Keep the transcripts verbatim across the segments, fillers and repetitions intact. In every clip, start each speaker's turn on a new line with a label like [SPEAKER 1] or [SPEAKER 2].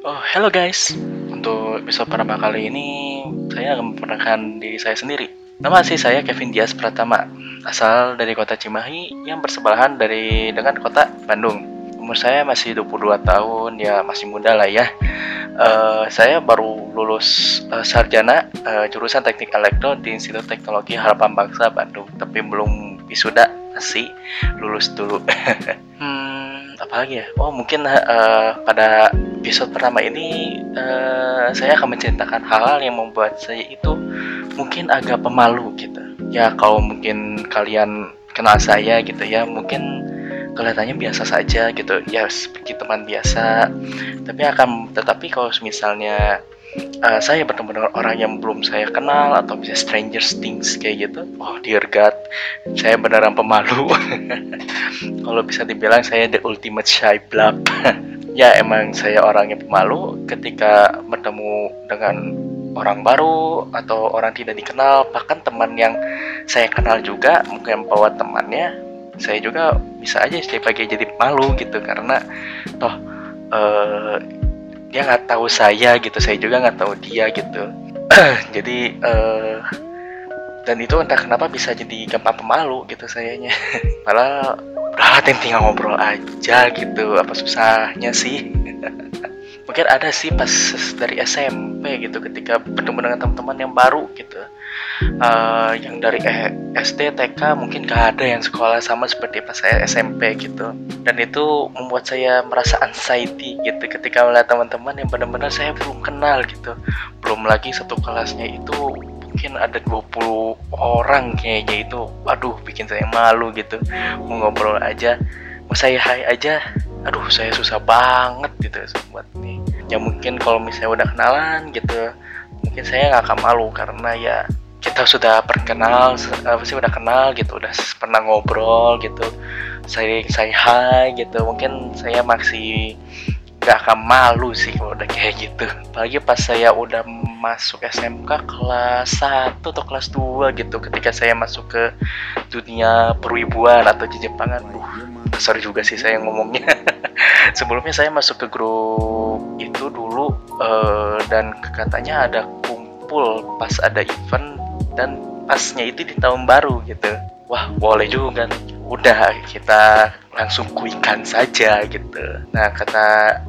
[SPEAKER 1] Oh, hello guys. Untuk episode pertama kali ini, saya akan memperkenalkan diri saya sendiri. Nama asli saya Kevin Dias Pratama, asal dari kota Cimahi yang bersebelahan dari dengan kota Bandung. Umur saya masih dua puluh dua tahun, ya masih muda lah ya. Uh, saya baru lulus uh, sarjana uh, jurusan Teknik Elektro di Institut Teknologi Harapan Bangsa Bandung, tapi belum wisuda, masih lulus dulu. hmm, apalagi ya? Oh, mungkin uh, pada episode pertama ini uh, saya akan menceritakan hal-hal yang membuat saya itu mungkin agak pemalu gitu. Ya kalau mungkin kalian kenal saya gitu ya, mungkin kelihatannya biasa saja gitu ya, seperti teman biasa, tapi akan tetapi kalau misalnya uh, saya bertemu dengan orang yang belum saya kenal atau bisa stranger things kayak gitu, oh dear god, saya beneran pemalu. Kalau bisa dibilang saya the ultimate shy blob. Ya emang saya orang yang pemalu ketika bertemu dengan orang baru atau orang tidak dikenal, bahkan teman yang saya kenal juga mungkin bawa temannya, saya juga bisa aja sebagai jadi malu gitu, karena toh uh, dia nggak tahu saya gitu, saya juga nggak tahu dia gitu. Jadi uh, dan itu entah kenapa bisa jadi gampang pemalu gitu sayanya. Padahal udah tinggal ngobrol aja gitu, apa susahnya sih? Mungkin ada sih pas dari S M P gitu, ketika bertemu dengan teman-teman yang baru gitu, uh, yang dari S D, T K mungkin gak ada yang sekolah sama seperti pas saya S M P gitu. Dan itu membuat saya merasa anxiety gitu ketika melihat teman-teman yang benar-benar saya belum kenal gitu. Belum lagi satu kelasnya itu mungkin ada dua puluh orang kayaknya, itu aduh bikin saya malu gitu. Mau ngobrol aja, mau saya hai aja, aduh saya susah banget gitu buat nih. Ya mungkin kalau misalnya udah kenalan gitu, mungkin saya nggak akan malu karena ya kita sudah perkenal, apa sih udah kenal gitu, udah pernah ngobrol gitu, saya saya hai gitu, mungkin saya masih nggak akan malu sih kalau udah kayak gitu. Apalagi pas saya udah masuk S M K kelas satu atau kelas dua gitu, ketika saya masuk ke dunia perwibuan atau jejepangan. Duh, sorry juga sih saya ngomongnya. Sebelumnya saya masuk ke grup itu dulu, uh, dan katanya ada kumpul pas ada event dan pasnya itu di tahun baru gitu. Wah boleh juga, udah kita langsung kuikan saja gitu. Nah kata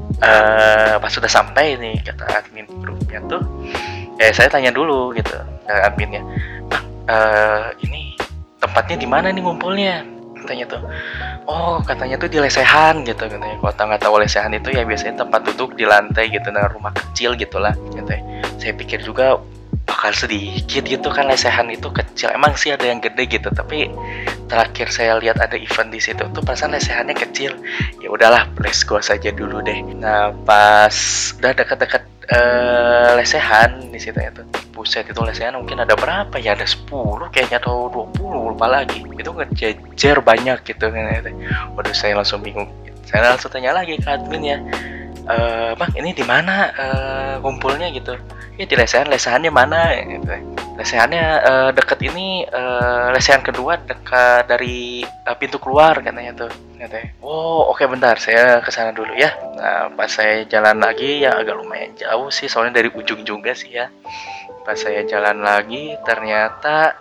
[SPEAKER 1] uh, pas sudah sampai nih, kata admin grupnya tuh, eh saya tanya dulu gitu ke adminnya, Bang, uh, ini tempatnya di mana nih ngumpulnya? Katanya tuh, oh katanya tuh di lesehan gitu katanya. Kalau nggak tahu lesehan itu ya biasanya tempat duduk di lantai gitu, nah rumah kecil gitulah katanya. Saya pikir juga bakal sedikit gitu kan, lesehan itu kecil, emang sih ada yang gede gitu, tapi terakhir saya lihat ada event di situ tuh perasaan lesehannya kecil. Ya udahlah, let's go saja dulu deh. Nah pas udah dekat-dekat uh, lesehan di situ itu, buset itu lesehan mungkin ada berapa ya, ada sepuluh kayaknya atau dua puluh, lupa lagi. Itu ngejejer banyak gitu kan. Waduh saya langsung bingung. Saya langsung tanya lagi ke admin ya, e, Bang ini di mana uh, kumpulnya gitu? Ya di lesehan, lesehannya mana gitu. Lesehannya uh, dekat ini, uh, lesehan kedua dekat dari uh, pintu keluar katanya tuh katanya. Oh oke okay, bentar saya kesana dulu ya. Nah pas saya jalan lagi ya agak lumayan jauh sih, soalnya dari ujung juga sih ya. Pas saya jalan lagi ternyata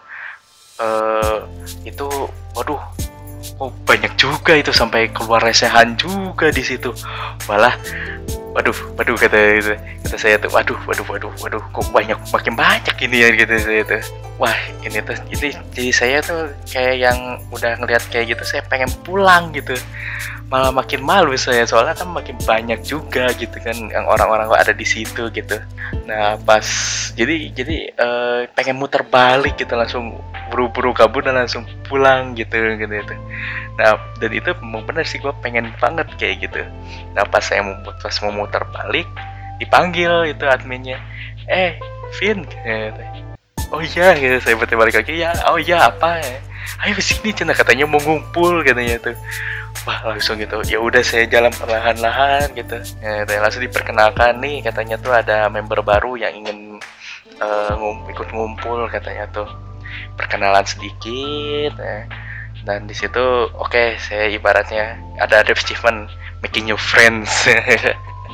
[SPEAKER 1] uh, itu waduh, oh banyak juga itu, sampai keluar lesehan juga di situ. Malah waduh, waduh kata itu, kata saya tuh, waduh, waduh, waduh, waduh, kok banyak, makin banyak ini ya gitu saya tuh. Wah ini tuh, jadi, jadi saya tuh kayak yang udah ngeliat kayak gitu, saya pengen pulang gitu. Malah makin malu saya, soalnya kan makin banyak juga gitu kan yang orang-orang ada di situ gitu. Nah pas jadi jadi uh, pengen muter balik gitu, langsung buru-buru kabur dan langsung pulang gitu gitu itu. Nah dan itu memang benar sih, gue pengen banget kayak gitu. Nah pas saya mau pas mau muter balik, dipanggil itu adminnya, eh Vin gitu. Oh iya gitu, saya berarti balik lagi ya. Oh iya apa ya, ayo sini cina, katanya mau ngumpul katanya tuh. Wah langsung gitu, ya udah saya jalan perlahan-lahan gitu. Ya, langsung diperkenalkan nih, katanya tuh ada member baru yang ingin uh, ngum, ikut ngumpul katanya tuh. Perkenalan sedikit, ya. Dan di situ oke okay, saya ibaratnya ada achievement making new friends.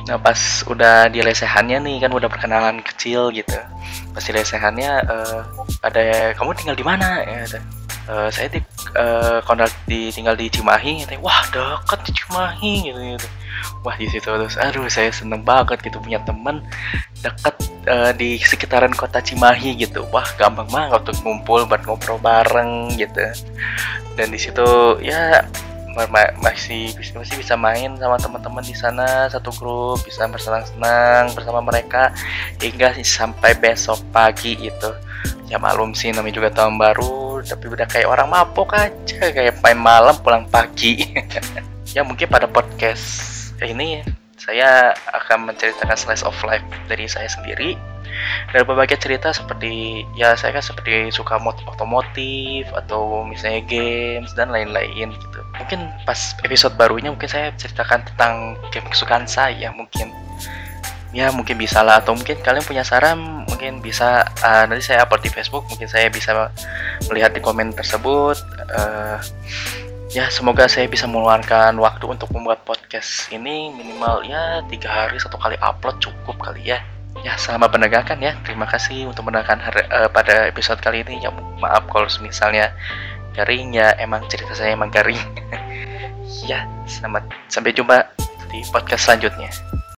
[SPEAKER 1] Nah pas udah di lesehannya nih kan udah perkenalan kecil gitu. Pas di lesehannya eh, ada kamu tinggal di mana ya? Ada. "Eh, saya di eh, kontrak di tinggal di Cimahi." Katanya, wah deket di Cimahi gitu gitu. Wah di situ terus, aduh saya seneng banget gitu punya teman dekat eh, di sekitaran kota Cimahi gitu. Wah gampang banget untuk ngumpul buat ngobrol bareng gitu. Dan di situ ya ma- masih masih bisa main sama teman-teman di sana satu grup, bisa bersenang-senang bersama mereka hingga sampai besok pagi itu. Ya malum sih namanya juga tahun baru, tapi udah kayak orang mabok aja, kayak main malam pulang pagi. Ya mungkin pada podcast ini saya akan menceritakan slice of life dari saya sendiri dari berbagai cerita seperti ya saya kan seperti suka mot- otomotif atau misalnya games dan lain-lain gitu. Mungkin pas episode barunya mungkin saya ceritakan tentang game kesukaan saya mungkin. Ya mungkin bisa lah atau mungkin kalian punya saran mungkin bisa uh, nanti saya upload di Facebook, mungkin saya bisa melihat di komen tersebut. Uh, ya semoga saya bisa meluangkan waktu untuk membuat podcast ini minimal ya tiga hari satu kali upload cukup kali ya. Ya, selamat mendengarkan ya. Terima kasih untuk mendengarkan hari, uh, pada episode kali ini. Ya, maaf kalau misalnya garing ya, emang cerita saya emang garing. Ya, selamat sampai jumpa di podcast selanjutnya.